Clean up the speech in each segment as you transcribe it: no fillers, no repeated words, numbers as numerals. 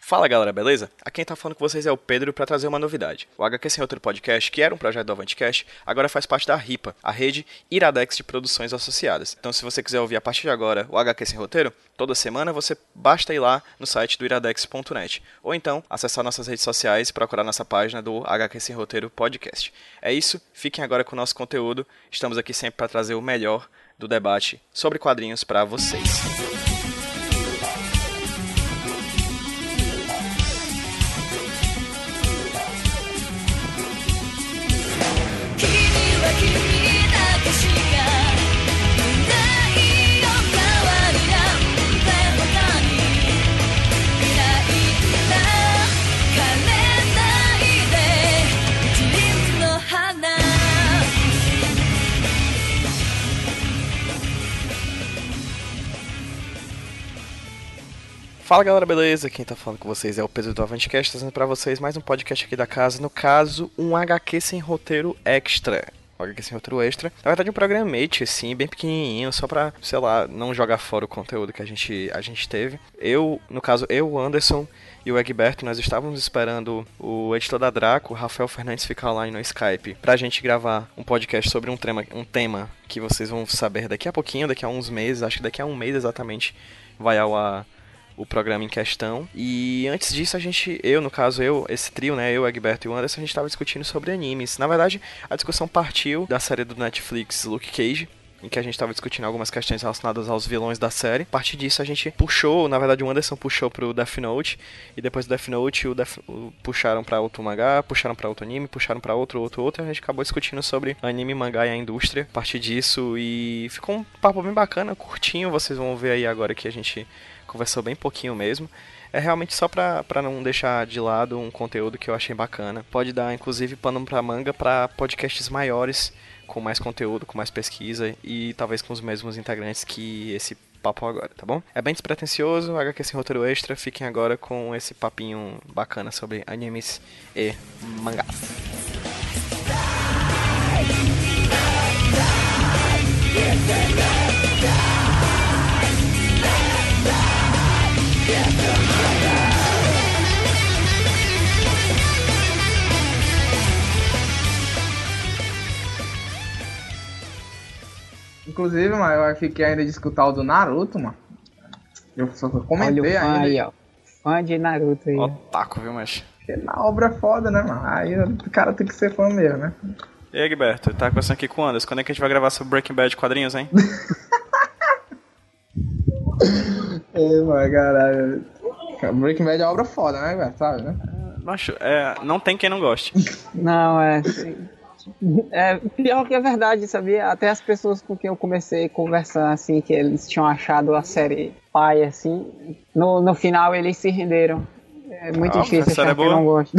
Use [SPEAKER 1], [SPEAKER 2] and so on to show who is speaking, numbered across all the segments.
[SPEAKER 1] Fala galera, beleza? Aqui quem tá falando com vocês é o Pedro para trazer uma novidade. O HQ Sem Roteiro Podcast, que era um projeto do AvanteCast, agora faz parte da RIPA, a rede Iradex de produções associadas. Então se você quiser ouvir a partir de agora o HQ Sem Roteiro, toda semana você basta ir lá no site do iradex.net. Ou então acessar nossas redes sociais e procurar nossa página do HQ Sem Roteiro Podcast. É isso, fiquem agora com o nosso conteúdo. Estamos aqui sempre para trazer o melhor do debate sobre quadrinhos para vocês. Fala galera, beleza? Quem tá falando com vocês é o Pedro do AvanteCast, trazendo pra vocês mais um podcast aqui da casa, no caso, um HQ Sem Roteiro Extra. Um HQ Sem Roteiro Extra. Na verdade, um programete, assim, bem pequenininho, só pra, sei lá, não jogar fora o conteúdo que a gente teve. No caso, o Anderson e o Egberto, nós estávamos esperando o editor da Draco, o Rafael Fernandes, ficar lá no Skype pra gente gravar um podcast sobre um tema que vocês vão saber daqui a pouquinho, daqui a uns meses, acho que daqui a um mês exatamente vai ao ar o programa em questão. E antes disso esse trio, né, eu, Egberto e o Anderson, a gente estava discutindo sobre animes. Na verdade, a discussão partiu da série do Netflix Luke Cage, em que a gente estava discutindo algumas questões relacionadas aos vilões da série. A partir disso a gente puxou, na verdade o Anderson puxou pro Death Note, e depois do Death Note puxaram pra outro mangá, puxaram pra outro anime, puxaram pra outro, e a gente acabou discutindo sobre anime, mangá e a indústria a partir disso, e ficou um papo bem bacana, curtinho, vocês vão ver aí agora que a gente conversou bem pouquinho mesmo. É realmente só pra não deixar de lado um conteúdo que eu achei bacana. Pode dar, inclusive, pano pra manga pra podcasts maiores, com mais conteúdo, com mais pesquisa e talvez com os mesmos integrantes que esse papo agora, tá bom? É bem despretensioso, HQ Sem Roteiro Extra. Fiquem agora com esse papinho bacana sobre animes e mangás.
[SPEAKER 2] Inclusive, mano, eu fiquei ainda de escutar o do Naruto, mano. Eu só comentei. Olha o fã ainda. Aí, ó.
[SPEAKER 3] Fã de Naruto aí.
[SPEAKER 1] Otaku, viu, macho?
[SPEAKER 2] Porque na obra é foda, né, mano? Aí o cara tem que ser fã mesmo, né?
[SPEAKER 1] E aí, Gilberto, tá conversando aqui com o Anderson. Quando é que a gente vai gravar sobre Breaking Bad quadrinhos, hein?
[SPEAKER 2] Mano, caralho. Breaking Bad é obra foda, né, velho? Sabe, né?
[SPEAKER 1] Macho, não tem quem não goste.
[SPEAKER 3] Não, pior que é verdade, sabia? Até as pessoas com quem eu comecei a conversar, assim, que eles tinham achado a série pai, assim, no final eles se renderam. É muito difícil achar quem não gosta.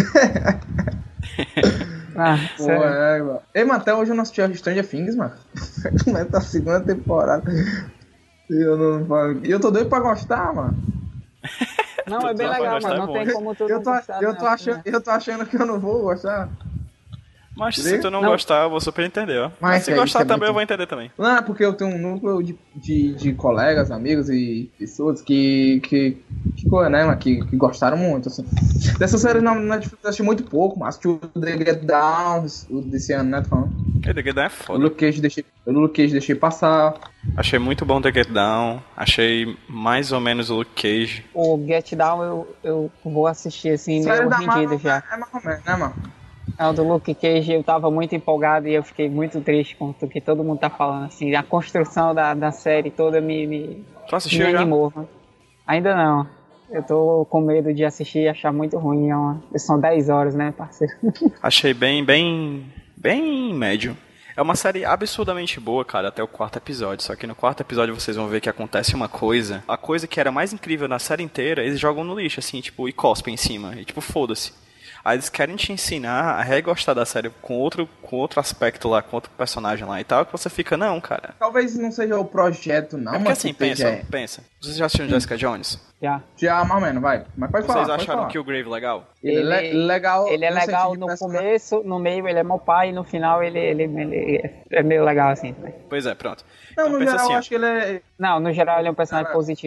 [SPEAKER 3] Sério.
[SPEAKER 2] Mano. Ei, mano, até hoje eu não assisti a Stranger Things, mano. Começa a segunda temporada. E eu tô doido pra gostar, mano.
[SPEAKER 3] Não, é bem legal, mano. Não tem como tu não gostar.
[SPEAKER 2] Eu tô achando que eu não vou gostar.
[SPEAKER 1] Mas se tu não gostar, eu vou super entender, ó. Mas se gostar também, eu vou entender também.
[SPEAKER 2] Não, porque eu tenho um núcleo de colegas, amigos e pessoas que gostaram muito, assim. Dessa série na Netflix eu assisti muito pouco, mas assisti o The Get Down desse ano, né?
[SPEAKER 1] The Get Down é foda.
[SPEAKER 2] O Luke Cage deixei passar.
[SPEAKER 1] Achei muito bom The Get Down. Achei mais ou menos o Luke Cage.
[SPEAKER 3] O Get Down eu vou assistir, assim, meio rendido já.
[SPEAKER 2] É mais ou menos, né, mano?
[SPEAKER 3] O do Luke Cage eu tava muito empolgado e eu fiquei muito triste com o que todo mundo tá falando, assim, a construção da série toda me animou. Né? Ainda não, eu tô com medo de assistir e achar muito ruim, são 10 horas, né, parceiro?
[SPEAKER 1] Achei bem médio. É uma série absurdamente boa, cara, até o 4º episódio, só que no 4º episódio vocês vão ver que acontece uma coisa, a coisa que era mais incrível na série inteira, eles jogam no lixo, assim, tipo, e cospem em cima, e tipo, foda-se. Aí eles querem te ensinar a regostar da série com outro aspecto lá, com outro personagem lá e tal, que você fica, não, cara.
[SPEAKER 2] Talvez não seja o projeto, não.
[SPEAKER 1] É porque assim, pensa. Vocês já assistiram Jessica Jones?
[SPEAKER 2] Já, mais ou menos, vai. Mas pode falar.
[SPEAKER 1] Vocês acharam que o Grave legal?
[SPEAKER 2] Ele é legal.
[SPEAKER 3] Ele é legal no começo, no meio ele é mau pai, e no final ele é meio legal assim também.
[SPEAKER 1] Pois é, pronto.
[SPEAKER 2] Não,
[SPEAKER 1] então,
[SPEAKER 2] no geral
[SPEAKER 1] assim,
[SPEAKER 2] eu acho que ele é...
[SPEAKER 3] Não, no geral ele é um personagem positivo.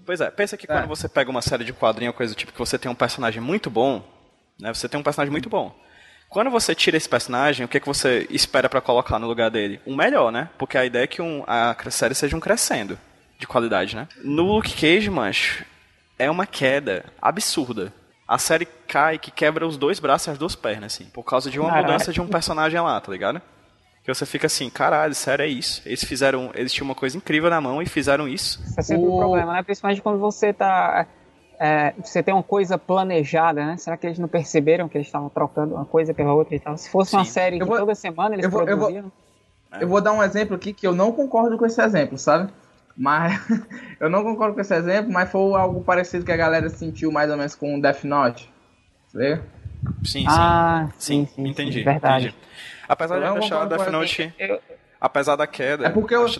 [SPEAKER 1] Pois é, pensa que quando você pega uma série de quadrinhos, coisa do tipo, que você tem um personagem muito bom, né? Você tem um personagem muito bom. Quando você tira esse personagem, o que você espera pra colocar no lugar dele? Um melhor, né? Porque a ideia é que a série seja um crescendo de qualidade, né? No Luke Cage, macho, é uma queda absurda. A série cai que quebra os 2 braços e as 2 pernas, assim, por causa de uma mudança de um personagem lá, tá ligado? Que você fica assim, caralho, sério, é isso. Eles tinham uma coisa incrível na mão e fizeram isso.
[SPEAKER 3] Isso é sempre um problema, né? Principalmente quando você tá... você tem uma coisa planejada, né? Será que eles não perceberam que eles estavam trocando uma coisa pela outra e tal? Se fosse uma série que toda semana eles produziam...
[SPEAKER 2] Eu vou dar um exemplo aqui que eu não concordo com esse exemplo, sabe? Mas eu não concordo com esse exemplo, mas foi algo parecido que a galera sentiu mais ou menos com o Death Note. Você?
[SPEAKER 1] Sim, entendi.
[SPEAKER 3] Verdade.
[SPEAKER 1] Entendi. Apesar de eu achar o Death Note, apesar da queda,
[SPEAKER 2] porque o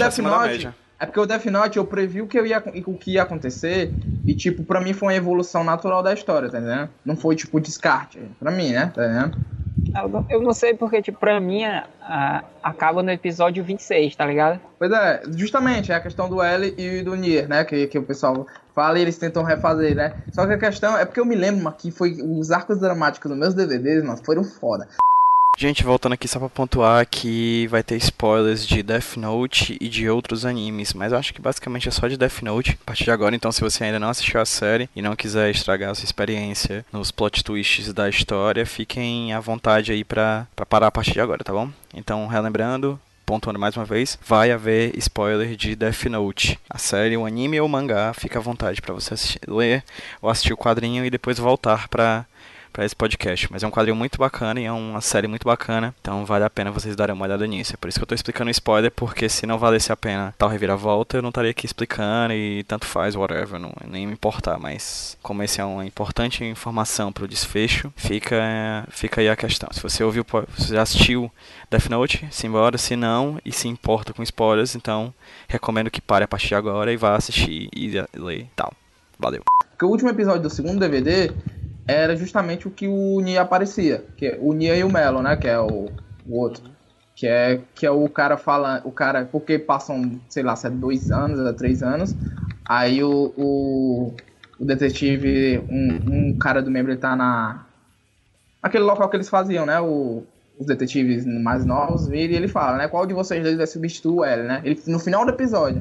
[SPEAKER 2] Death Note eu previ o que ia acontecer e, tipo, pra mim foi uma evolução natural da história, tá entendendo? Não foi, tipo, descarte, pra mim, né? Tá entendendo?
[SPEAKER 3] Eu não sei porque, tipo, pra mim acaba no episódio 26, tá ligado?
[SPEAKER 2] Pois é, justamente, é a questão do L e do Nier, né? Que o pessoal fala e eles tentam refazer, né? Só que a questão é porque eu me lembro que os arcos dramáticos dos meus DVDs, mano, foram foda.
[SPEAKER 1] Gente, voltando aqui só pra pontuar que vai ter spoilers de Death Note e de outros animes, mas eu acho que basicamente é só de Death Note a partir de agora, então se você ainda não assistiu a série e não quiser estragar a sua experiência nos plot twists da história, fiquem à vontade aí pra parar a partir de agora, tá bom? Então, relembrando, pontuando mais uma vez, vai haver spoiler de Death Note. A série, o anime ou o mangá, fica à vontade pra você ler ou assistir o quadrinho e depois voltar pra esse podcast, mas é um quadrinho muito bacana e é uma série muito bacana, então vale a pena vocês darem uma olhada nisso. É por isso que eu tô explicando spoiler, porque se não valesse a pena tal reviravolta, eu não estaria aqui explicando e tanto faz, whatever, não nem me importar, mas como esse é uma importante informação pro desfecho, fica aí a questão. Se você você já assistiu Death Note, simbora, se não, e se importa com spoilers, então recomendo que pare a partir de agora e vá assistir e ler e tal. Valeu.
[SPEAKER 2] Porque o último episódio do segundo DVD era justamente o que o Nia aparecia, que é o Nia e o Melo, né, que é o outro, que é o cara porque passam, sei lá, 2 anos, 3 anos, aí o detetive, um cara do membro, ele tá naquele local que eles faziam, né, os detetives mais novos viram e ele fala, né, qual de vocês dois vai substituir o L, né, ele, no final do episódio.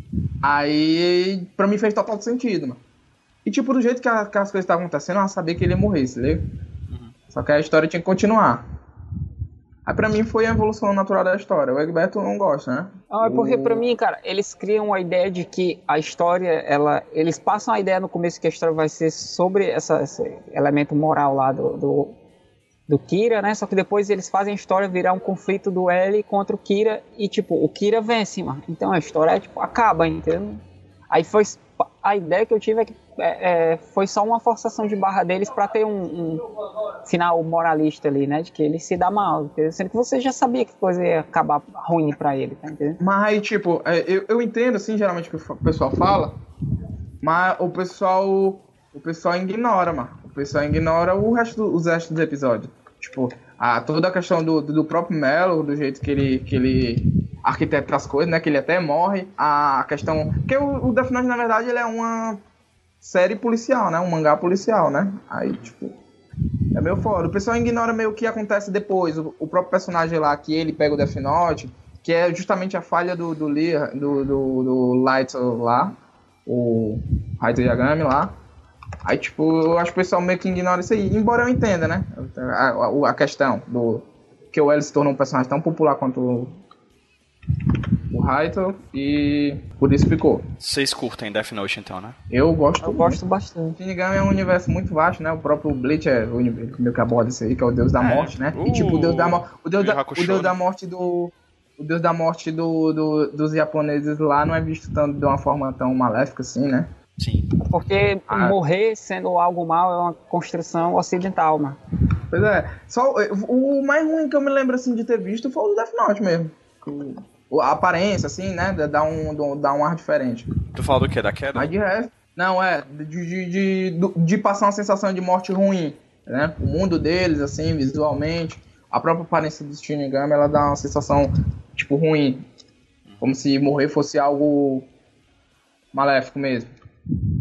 [SPEAKER 2] Aí, pra mim fez total sentido, mano. E, tipo, do jeito que as coisas estavam acontecendo, eu sabia que ele ia morrer, se liga? Só que a história tinha que continuar. Aí, pra mim, foi a evolução natural da história. O Egberto não gosta, né?
[SPEAKER 3] Não, é porque, pra mim, cara, eles criam a ideia de que a história, eles passam a ideia no começo que a história vai ser sobre esse elemento moral lá do Kira, né? Só que depois eles fazem a história virar um conflito do L contra o Kira e, tipo, o Kira vence, mano. Então a história, tipo, acaba, entendeu? Aí a ideia que eu tive é que foi só uma forçação de barra deles pra ter um final moralista ali, né? De que ele se dá mal, entendeu? Sendo que você já sabia que a coisa ia acabar ruim pra ele, tá entendendo?
[SPEAKER 2] Mas aí, tipo, eu entendo, assim, geralmente o que o pessoal fala, mas o pessoal ignora, mano. O pessoal ignora os restos dos episódios. Tipo, toda a questão do próprio Melo, do jeito que ele arquiteta as coisas, né? Que ele até morre. A questão... Porque o Death Note, na verdade, ele é uma série policial, né? Um mangá policial, né? Aí, tipo... É meio foda. O pessoal ignora meio o que acontece depois. O próprio personagem lá, que ele pega o Death Note, que é justamente a falha do Light lá. O Raito Yagami lá. Aí, tipo, eu acho que o pessoal meio que ignora isso aí. Embora eu entenda, né? A questão do... Que o L se tornou um personagem tão popular quanto o Raito e por isso ficou.
[SPEAKER 1] Vocês curtem Death Note então, né?
[SPEAKER 2] Eu gosto
[SPEAKER 3] bastante.
[SPEAKER 2] Shinigami é um universo muito vasto, né? O próprio Bleach é o meio que aborda isso aí, que é o deus da morte, né? E tipo, o deus da morte dos japoneses lá não é visto de uma forma tão maléfica assim, né?
[SPEAKER 1] Sim.
[SPEAKER 3] Porque morrer sendo algo mal é uma construção ocidental, mano.
[SPEAKER 2] Pois é. Só, o mais ruim que eu me lembro assim de ter visto foi o do Death Note mesmo. A aparência, assim, né? Dá um ar diferente.
[SPEAKER 1] Tu fala do quê? Da queda?
[SPEAKER 2] Mas de resto... Não, de passar uma sensação de morte ruim, né? O mundo deles, assim, visualmente. A própria aparência do Shinigami, ela dá uma sensação, tipo, ruim. Como se morrer fosse algo maléfico mesmo.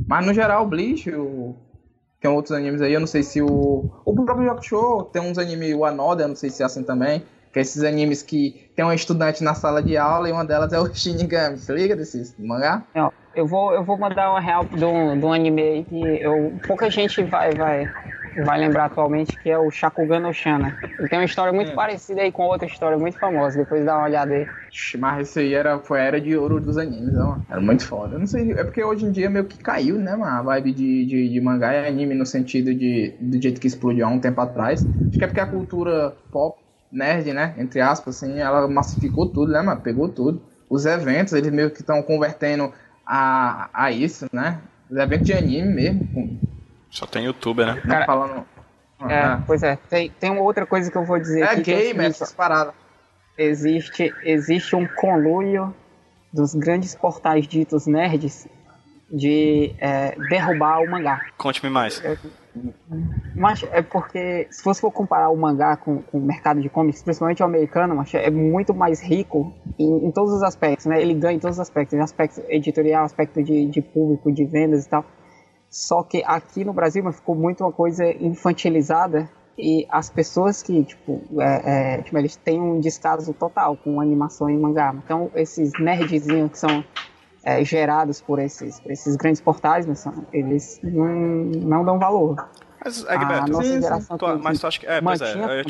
[SPEAKER 2] Mas no geral, o Bleach, tem outros animes aí, eu não sei se o próprio Yakusho tem uns animes, o Anoda, eu não sei se é assim também, que é esses animes que tem uma estudante na sala de aula e uma delas é o Shinigami, se liga desse mangá?
[SPEAKER 3] Não, eu vou mandar uma real de um anime aí que pouca gente vai lembrar atualmente, que é o Shakugan no Shana. Ele tem uma história muito parecida aí com outra história muito famosa, depois dá uma olhada aí.
[SPEAKER 2] Mas esse aí foi a era de ouro dos animes, ó. Era muito foda. Eu não sei, é porque hoje em dia meio que caiu, né, mano? A vibe de mangá e anime no sentido do jeito que explodiu há um tempo atrás. Acho que é porque a cultura pop, nerd, né, entre aspas, assim, ela massificou tudo, né, mano? Pegou tudo. Os eventos, eles meio que estão convertendo a isso, né? Os eventos de anime mesmo.
[SPEAKER 1] Só tem youtuber, né?
[SPEAKER 2] Cara, falando...
[SPEAKER 3] Pois é, tem uma outra coisa que eu vou dizer aqui.
[SPEAKER 2] Game, essas paradas.
[SPEAKER 3] Existe um conluio dos grandes portais ditos nerds de derrubar o mangá.
[SPEAKER 1] Conte-me mais.
[SPEAKER 3] Mas é porque, se você for comparar o mangá com o mercado de comics, principalmente o americano, mas é muito mais rico em todos os aspectos, né? Ele ganha em todos os aspectos, aspecto editorial, aspecto de público, de vendas e tal. Só que aqui no Brasil ficou muito uma coisa infantilizada e as pessoas que, eles têm um descaso total com animação e mangá. Então, esses nerdzinhos que são gerados por esses grandes portais, eles não dão valor.
[SPEAKER 1] Mas, Egberto, mas tu acha que... pois é, eu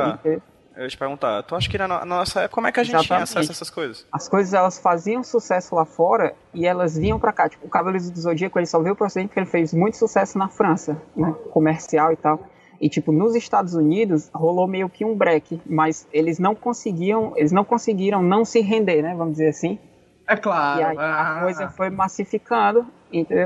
[SPEAKER 1] ia te perguntar, tu acha que na nossa época, como é que a gente tinha acesso a essas coisas?
[SPEAKER 3] As coisas, elas faziam sucesso lá fora e elas vinham pra cá. Tipo, o Cavaleiros do Zodíaco, ele só veio pro Ocidente porque ele fez muito sucesso na França, né? Comercial e tal. E, tipo, nos Estados Unidos, rolou meio que um break, mas eles não conseguiram não se render, né? Vamos dizer assim.
[SPEAKER 2] É claro.
[SPEAKER 3] E aí a coisa foi massificando, entendeu?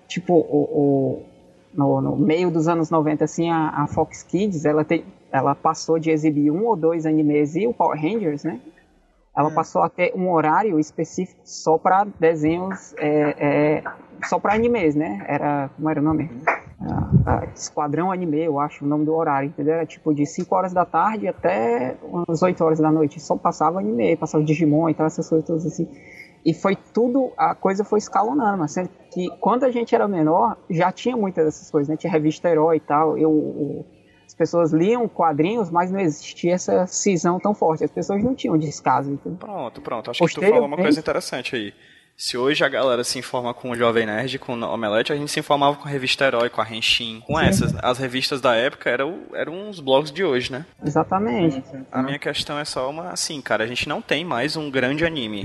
[SPEAKER 3] Tipo, no meio dos anos 90, assim, a Fox Kids, ela passou de exibir 1 ou 2 animes e o Power Rangers, né? Ela passou a ter um horário específico só para desenhos, só para animes, né? Como era o nome? Esquadrão Anime, eu acho o nome do horário, entendeu? Era tipo de 5 horas da tarde até umas 8 horas da noite. Só passava anime, passava Digimon e tal, essas coisas todas assim. E foi tudo, a coisa foi escalonando, mas sendo que quando a gente era menor, já tinha muitas dessas coisas, né? Tinha revista Herói e tal, as pessoas liam quadrinhos, mas não existia essa cisão tão forte, as pessoas não tinham descaso. Entendeu?
[SPEAKER 1] Pronto, acho que tu falou uma coisa interessante aí. Se hoje a galera se informa com o Jovem Nerd, com o Omelete, a gente se informava com a revista Herói, com a Henshin, com essas. As revistas da época eram uns blogs de hoje, né?
[SPEAKER 3] Exatamente.
[SPEAKER 1] A minha questão é só assim, cara, a gente não tem mais um grande anime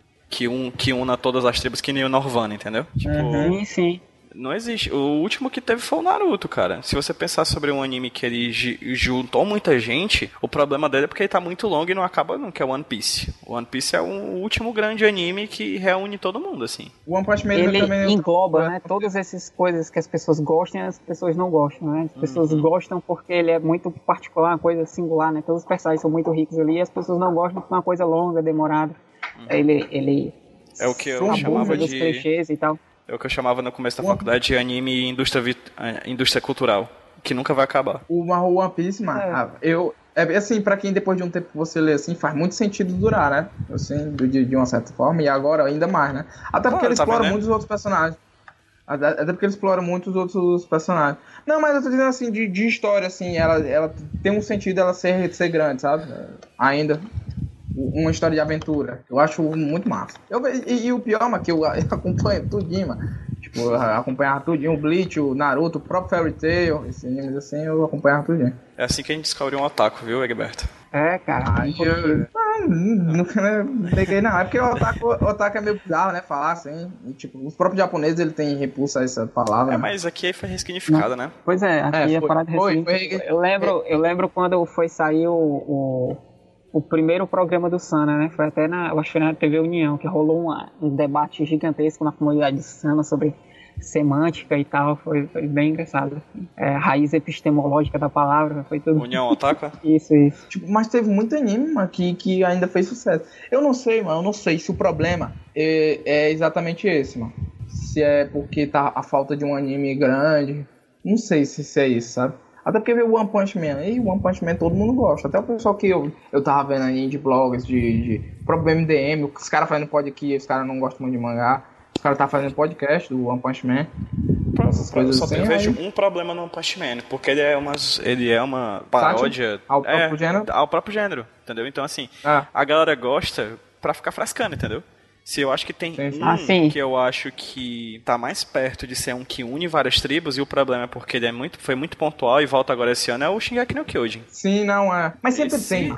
[SPEAKER 1] que una todas as tribos, que nem o Norvana, entendeu? Tipo,
[SPEAKER 3] sim.
[SPEAKER 1] Não existe. O último que teve foi o Naruto, cara. Se você pensar sobre um anime que ele juntou muita gente, o problema dele é porque ele tá muito longo e não acaba nunca, que é o One Piece. O One Piece é o último grande anime que reúne todo mundo, assim.
[SPEAKER 2] O One Punch Man
[SPEAKER 3] ele
[SPEAKER 2] também
[SPEAKER 3] engloba, né, todas essas coisas que as pessoas gostam e as pessoas não gostam, né? As pessoas gostam porque ele é muito particular, uma coisa singular, né? Todos os personagens são muito ricos ali e as pessoas não gostam porque é uma coisa longa, demorada. Ele
[SPEAKER 1] é o que eu chamava
[SPEAKER 3] dos clichês e tal.
[SPEAKER 1] É o que eu chamava no começo da faculdade de anime e indústria cultural, que nunca vai acabar.
[SPEAKER 2] O One Piece, mano, assim, pra quem depois de um tempo você lê assim, faz muito sentido durar, né? Assim, de uma certa forma, e agora ainda mais, né? Até porque ele explora muito os outros personagens. Até porque ele explora muito os outros personagens. Não, mas eu tô dizendo assim, de história, assim, ela tem um sentido ela ser grande, sabe? Ainda. Uma história de aventura. Eu acho muito massa. E o pior, mano, que eu acompanho tudinho, mano. Tipo, eu acompanhava tudinho. O Bleach, o Naruto, o próprio Fairy Tail, esses animes assim, eu acompanhava tudinho.
[SPEAKER 1] É assim que a gente descobre um otaku, viu, Egberto?
[SPEAKER 3] Cara.
[SPEAKER 2] Não peguei não. É porque o otaku é meio bizarro, né? Falar assim. E, tipo, os próprios japoneses, ele tem repulsa a essa palavra.
[SPEAKER 1] Mas aqui foi ressignificada, né?
[SPEAKER 3] Pois é, aqui a parada ressignificada. Eu lembro quando foi sair o primeiro programa do Sana, né? Foi até eu acho que na TV União, que rolou um debate gigantesco na comunidade do Sana sobre semântica e tal. Foi bem engraçado. Raiz epistemológica da palavra, foi tudo.
[SPEAKER 1] União Otaku?
[SPEAKER 3] Isso.
[SPEAKER 2] Tipo, mas teve muito anime, mano, que ainda fez sucesso. Eu não sei se o problema é exatamente esse, mano. Se é porque tá a falta de um anime grande. Não sei se é isso, sabe? Até porque veio o One Punch Man. E o One Punch Man todo mundo gosta. Até o pessoal que eu tava vendo aí de blogs, de próprio MDM, os caras fazendo pod aqui, os caras não gostam muito de mangá. O cara tá fazendo podcast do One Punch Man. Essas coisas assim,
[SPEAKER 1] eu vejo um problema no One Punch Man, porque ele é uma paródia
[SPEAKER 2] ao próprio gênero.
[SPEAKER 1] Ao próprio gênero, entendeu? Então, assim, a galera gosta pra ficar frescando, entendeu? Se eu acho que tem que eu acho que tá mais perto de ser um que une várias tribos, e o problema é porque ele foi muito pontual e volta agora esse ano, é o Shingeki no Kyojin.
[SPEAKER 2] Sim, não é. Mas sempre tem.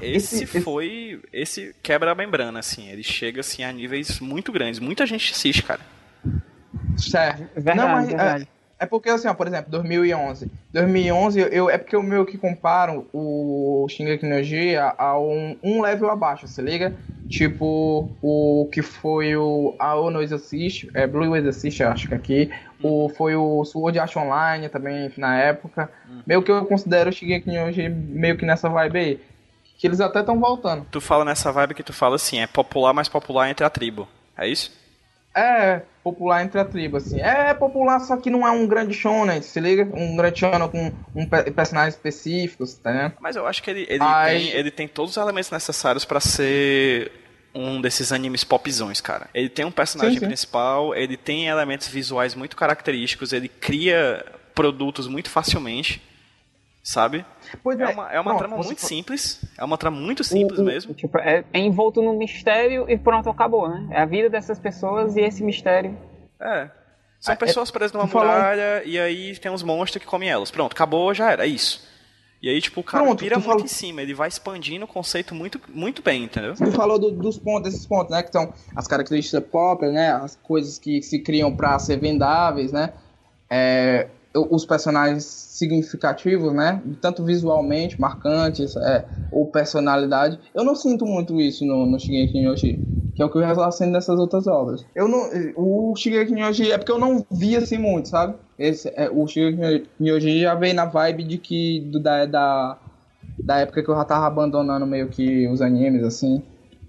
[SPEAKER 1] Esse quebra a membrana, assim. Ele chega, assim, a níveis muito grandes. Muita gente assiste, cara.
[SPEAKER 2] Certo.
[SPEAKER 3] Verdade,
[SPEAKER 2] não, mas
[SPEAKER 3] verdade.
[SPEAKER 2] É porque, assim, ó, por exemplo, 2011. 2011, é porque eu meio que comparo o Shingeki no Kyojin a um level abaixo, se liga? Tipo, o que foi o Aono Exorcist, Blue Exorcist, acho que aqui. Foi o Sword Art Online também, na época. Meio que eu considero o Shingeki no Kyojin meio que nessa vibe aí. Que eles até estão voltando.
[SPEAKER 1] Tu fala nessa vibe que tu fala assim, é popular, mas popular entre a tribo. É isso?
[SPEAKER 2] É popular entre a tribo, assim. É popular, só que não é um grande shonen, se liga? Um grande shonen com personagens específicos, tá vendo?
[SPEAKER 1] Mas eu acho que ele tem todos os elementos necessários pra ser um desses animes popzões, cara. Ele tem um personagem principal, ele tem elementos visuais muito característicos, ele cria produtos muito facilmente, sabe?
[SPEAKER 2] Pois
[SPEAKER 1] é uma trama muito simples. É uma trama muito simples mesmo.
[SPEAKER 3] Tipo, é envolto no mistério e pronto, acabou, né? É a vida dessas pessoas e esse mistério.
[SPEAKER 1] São pessoas presas numa muralha e aí tem uns monstros que comem elas. Pronto, acabou, já era, é isso. E aí, tipo, o cara pira muito em cima, ele vai expandindo o conceito muito, muito bem, entendeu?
[SPEAKER 2] Tu falou desses pontos, né? Que são as características pop, né? As coisas que se criam pra ser vendáveis, né? Os personagens significativos, né? Tanto visualmente, marcantes, ou personalidade. Eu não sinto muito isso no Shingeki no Kyojin, que é o que eu já sinto nessas outras obras. O Shingeki no Kyojin é porque eu não vi assim muito, sabe? O Shingeki no Kyojin já veio na vibe da época que eu já tava abandonando meio que os animes, assim.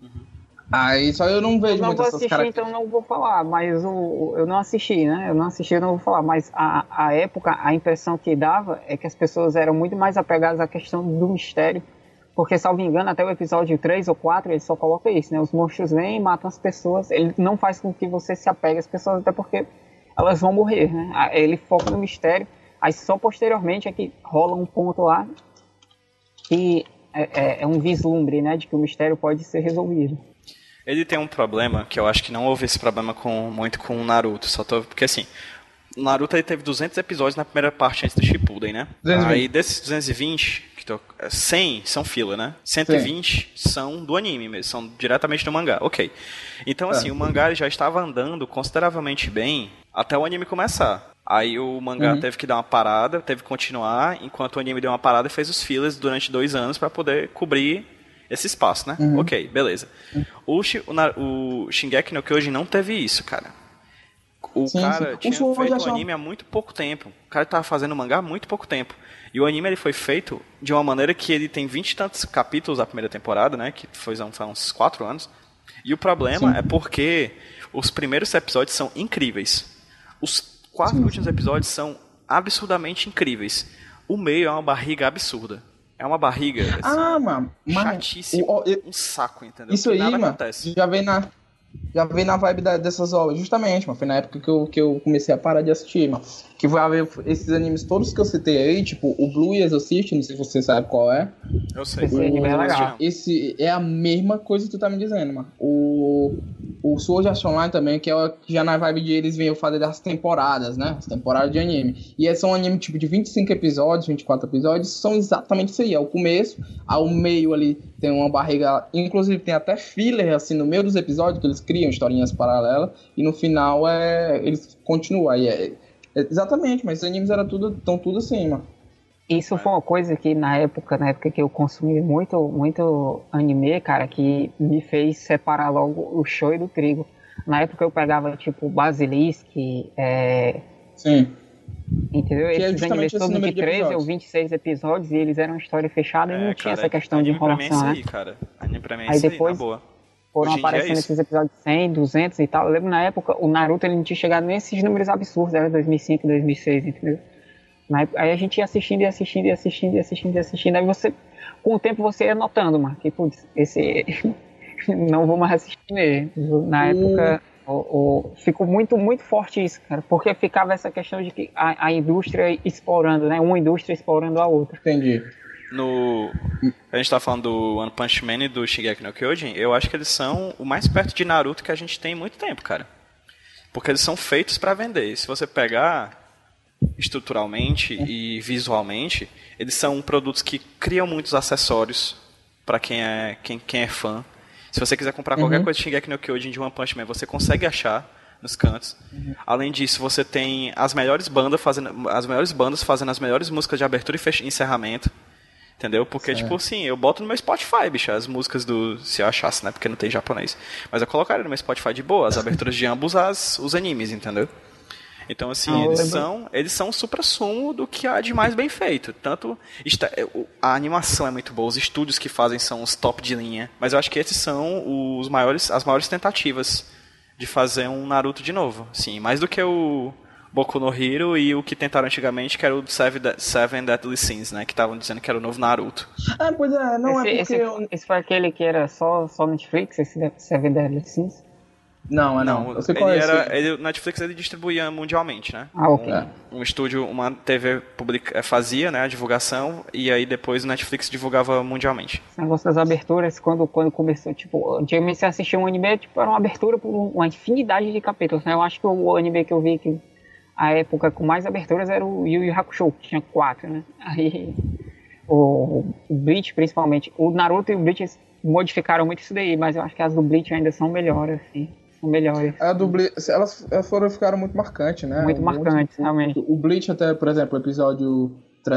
[SPEAKER 2] Aí só eu não vejo muito essas características.
[SPEAKER 3] Então não vou falar, mas eu não assisti, né? Eu não vou falar, mas a época, a impressão que dava é que as pessoas eram muito mais apegadas à questão do mistério, porque, salvo engano, até o episódio 3 ou 4, ele só coloca isso, né? Os monstros vêm e matam as pessoas, ele não faz com que você se apegue às pessoas, até porque elas vão morrer, né? Ele foca no mistério, aí só posteriormente é que rola um ponto lá que é um vislumbre, né? De que o mistério pode ser resolvido.
[SPEAKER 1] Ele tem um problema, que eu acho que não houve esse problema muito com o Naruto, porque assim, o Naruto ele teve 200 episódios na primeira parte antes do Shippuden, né? 220. Aí desses 220, 100 são filler, né? 120 são do anime mesmo, são diretamente do mangá, ok. Então assim, o mangá ele já estava andando consideravelmente bem até o anime começar. Aí o mangá teve que dar uma parada, teve que continuar, enquanto o anime deu uma parada e fez os fillers durante 2 anos para poder cobrir esse espaço, né? Ok, beleza. O Shingeki no Kyojin não teve isso, cara. O cara tinha feito o anime há muito pouco tempo. O cara tava fazendo mangá há muito pouco tempo. E o anime ele foi feito de uma maneira que ele tem 20 e tantos capítulos da primeira temporada, né? Que foi uns 4 anos. E o problema é porque os primeiros episódios são incríveis. Os 4 últimos episódios são absurdamente incríveis. O meio é uma barriga absurda. É uma barriga, assim,
[SPEAKER 2] mano,
[SPEAKER 1] chatíssima, um saco, entendeu?
[SPEAKER 2] Isso aí, mano, acontece. Já vem na vibe dessas obras, justamente, mano. Foi na época que eu comecei a parar de assistir, mano. Que vai haver esses animes todos que eu citei aí, tipo o Blue Exorcist, não sei se você sabe qual é.
[SPEAKER 1] Eu sei.
[SPEAKER 3] Esse anime é legal.
[SPEAKER 2] Esse é a mesma coisa que tu tá me dizendo, mano. O Sword Art Online também, que já na vibe de eles vêm fazer das temporadas, né? As temporadas de anime. E são um anime tipo de 25 episódios, 24 episódios, são exatamente isso aí. É o começo, ao meio ali tem uma barriga, inclusive tem até filler assim no meio dos episódios, que eles criam historinhas paralelas, e no final eles continuam. Aí exatamente, mas os animes estão tudo assim, mano.
[SPEAKER 3] Isso foi uma coisa que na época que eu consumi muito anime, cara, que me fez separar logo o shoyu do trigo. Na época eu pegava, tipo, Basilisk,
[SPEAKER 2] Sim.
[SPEAKER 3] Entendeu?
[SPEAKER 2] Que
[SPEAKER 3] esses animes todos de 13 ou 26 episódios, e eles eram história fechada e não tinha essa questão de enrolação, né?
[SPEAKER 1] Anime pra mim é
[SPEAKER 3] aí
[SPEAKER 1] isso
[SPEAKER 3] depois,
[SPEAKER 1] aí, na boa.
[SPEAKER 3] Foram aparecendo esses episódios 100, 200 e tal. Eu lembro na época, o Naruto ele não tinha chegado nesses números absurdos, era 2005, 2006, entendeu? Aí a gente ia assistindo. Aí você, com o tempo, você ia notando, mano, que, putz, esse não vou mais assistir mesmo. Na época, Ficou muito, muito forte isso, cara, porque ficava essa questão de que a indústria explorando, né? Uma indústria explorando a outra.
[SPEAKER 2] Entendi.
[SPEAKER 1] A gente tá falando do One Punch Man e do Shingeki no Kyojin, eu acho que eles são o mais perto de Naruto que a gente tem em muito tempo, cara. Porque eles são feitos pra vender. Se você pegar estruturalmente e visualmente, eles são produtos que criam muitos acessórios pra quem é fã. Se você quiser comprar qualquer coisa de Shingeki no Kyojin de One Punch Man, você consegue achar nos cantos. Além disso, você tem as melhores bandas fazendo as melhores músicas de abertura e encerramento. Entendeu? Porque, tipo assim, eu boto no meu Spotify, bicho, as músicas se eu achasse, né? Porque não tem japonês. Mas eu colocaria no meu Spotify de boa, as aberturas de ambos os animes, entendeu? Então, assim, eles são o supra-sumo do que há de mais bem feito. Tanto a animação é muito boa, os estúdios que fazem são os top de linha. Mas eu acho que esses são as maiores tentativas de fazer um Naruto de novo. Sim, mais do que o Boku no Hero e o que tentaram antigamente, que era o Seven Deadly Sins, né? Que estavam dizendo que era o novo Naruto.
[SPEAKER 2] Ah, pois é, não
[SPEAKER 3] esse foi aquele que era só Netflix, esse Seven Deadly Sins?
[SPEAKER 2] Não.
[SPEAKER 1] O Netflix ele distribuía mundialmente, né?
[SPEAKER 3] Ah, ok.
[SPEAKER 1] Um estúdio, uma TV fazia, né, a divulgação, e aí depois o Netflix divulgava mundialmente.
[SPEAKER 3] Esse negócio das aberturas, quando começou, tipo, antigamente você assistia um anime, tipo, era uma abertura por uma infinidade de capítulos, né? Eu acho que o anime que eu vi que a época com mais aberturas era o Yu Yu Hakusho, que tinha 4, né? Aí o Bleach, principalmente. O Naruto e o Bleach modificaram muito isso daí, mas eu acho que as do Bleach ainda são melhores, assim. São melhores.
[SPEAKER 2] A do Bleach, elas ficaram muito marcantes, né?
[SPEAKER 3] Muito marcantes, realmente.
[SPEAKER 2] O Bleach até, por exemplo, o episódio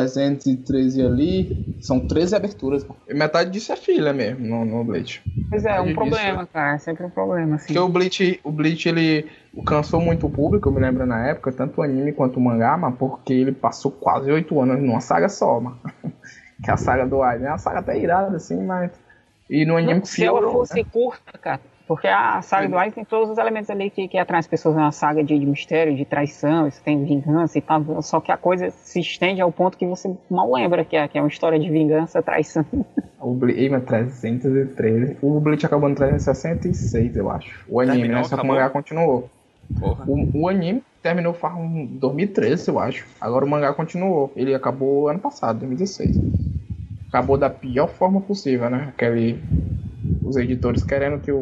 [SPEAKER 2] 313 ali, são 13 aberturas. Metade disso é filha mesmo, no Bleach.
[SPEAKER 3] Pois é, um problema, cara. É sempre um problema, assim.
[SPEAKER 2] Porque o Bleach, ele cansou muito o público, eu me lembro na época, tanto o anime quanto o mangá, mas porque ele passou quase 8 anos numa saga só, mano. Que é a saga do Aizen. É uma saga até irada, assim, mas... E no anime
[SPEAKER 3] se ela fosse curta, cara, porque a saga do Aizen tem todos os elementos ali que atrai as pessoas na saga de mistério, de traição, isso tem vingança e tal, só que a coisa se estende ao ponto que você mal lembra que é uma história de vingança, traição.
[SPEAKER 2] O Bleach, 313. O Bleach acabou no 366, eu acho. O anime, né? Só que o mangá continuou. O anime terminou em 2013, eu acho. Agora o mangá continuou. Ele acabou ano passado, 2016. Acabou da pior forma possível, né? Os editores querendo que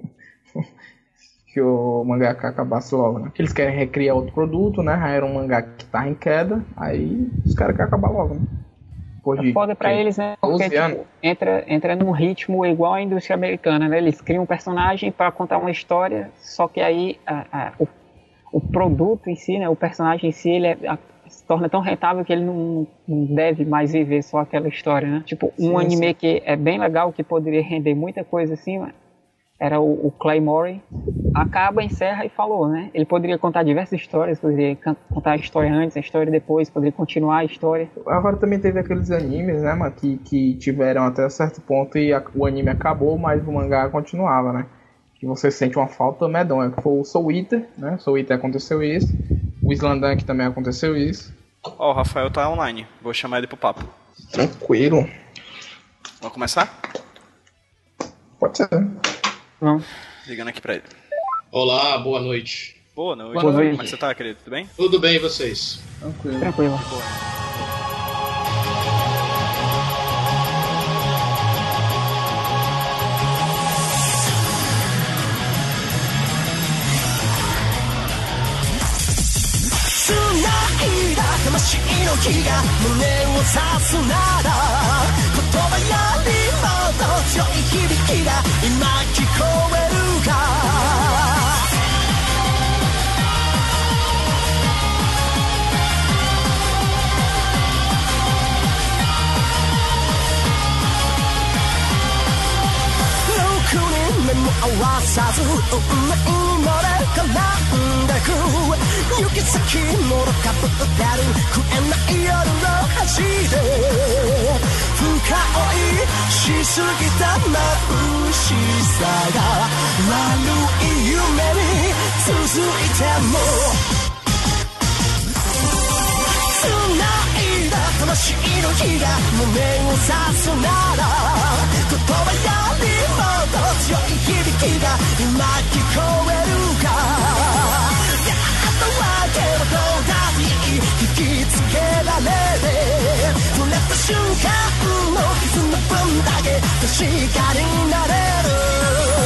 [SPEAKER 2] o mangaka acabasse logo, né? Eles querem recriar outro produto, né? Aí era um mangá que tá em queda, aí os caras querem acabar logo, né?
[SPEAKER 3] É foda pra eles, né? Porque tipo, entra num ritmo igual à indústria americana, né? Eles criam um personagem pra contar uma história, só que aí o produto em si, né? O personagem em si, ele se torna tão rentável que ele não deve mais viver só aquela história, né? Tipo, um anime que é bem legal, que poderia render muita coisa assim, mano, era o Claymore. Acaba, encerra e falou, né? Ele poderia contar diversas histórias, poderia contar a história antes, a história depois, poderia continuar a história.
[SPEAKER 2] Agora também teve aqueles animes, né, mano, que tiveram até certo ponto e o anime acabou, mas o mangá continuava, né? Que você sente uma falta medonha, que foi o Soul Eater, né? Soul Eater aconteceu isso. O Slandunk também aconteceu isso.
[SPEAKER 1] Ó, o Rafael tá online. Vou chamar ele pro papo.
[SPEAKER 2] Tranquilo.
[SPEAKER 1] Vamos começar?
[SPEAKER 2] Pode ser.
[SPEAKER 3] Vamos.
[SPEAKER 1] Ligando aqui pra ele.
[SPEAKER 4] Olá, boa noite.
[SPEAKER 1] Boa noite.
[SPEAKER 3] Boa noite.
[SPEAKER 1] Como é que você tá, querido? Tudo bem?
[SPEAKER 4] Tudo bem, e vocês?
[SPEAKER 3] Tranquilo.
[SPEAKER 1] Boa.
[SPEAKER 5] 瞬間の傷の分だけ確かになれる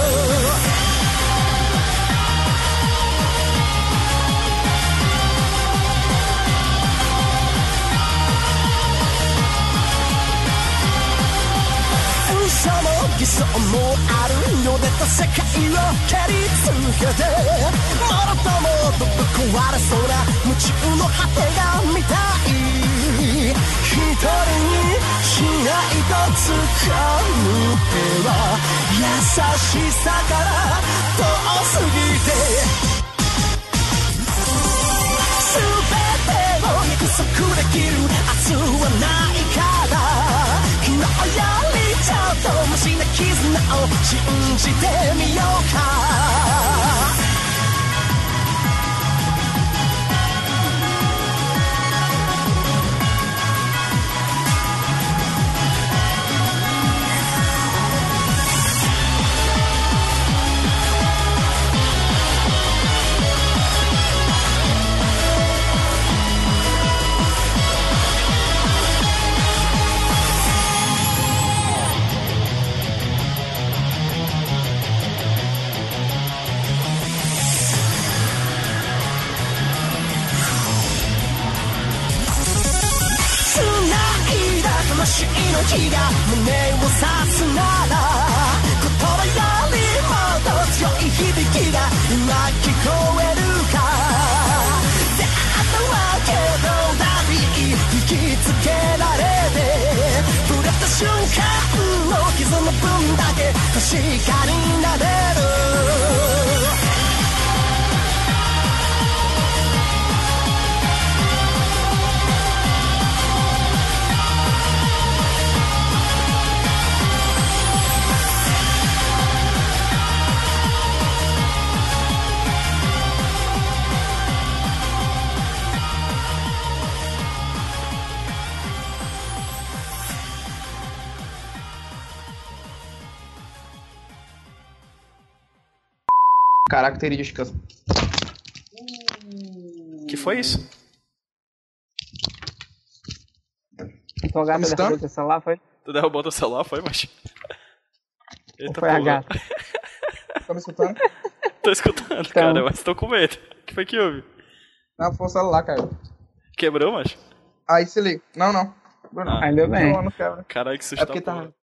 [SPEAKER 5] 嘘も偽装もあるよねと世界を蹴り続けてもろともとぶっ壊れそうな夢中の果てが見たい一人にしないと掴む手は優しさから遠すぎて全てを約束できる明日はないから昨日よりちょっとマシな絆を信じてみようか魂の火が胸を刺すなら言葉よりもっと強い響きが今聞こえるか出会ったわけどダディ引きつけられて触れた瞬間の傷の分だけ確かになれる
[SPEAKER 2] Características.
[SPEAKER 1] Que foi isso?
[SPEAKER 3] Tua gata derrubou teu celular, foi?
[SPEAKER 1] Tu derrubou teu celular, foi, macho?
[SPEAKER 3] Eita, foi a gata.
[SPEAKER 2] Tá me escutando?
[SPEAKER 1] Tô escutando, então... cara, mas tô com medo. O que foi que houve?
[SPEAKER 2] Não, foi o celular, cara.
[SPEAKER 1] Quebrou, macho?
[SPEAKER 2] Aí se liga. Não.
[SPEAKER 3] Ainda bem.
[SPEAKER 1] Caralho, que susto.
[SPEAKER 2] É porque tá...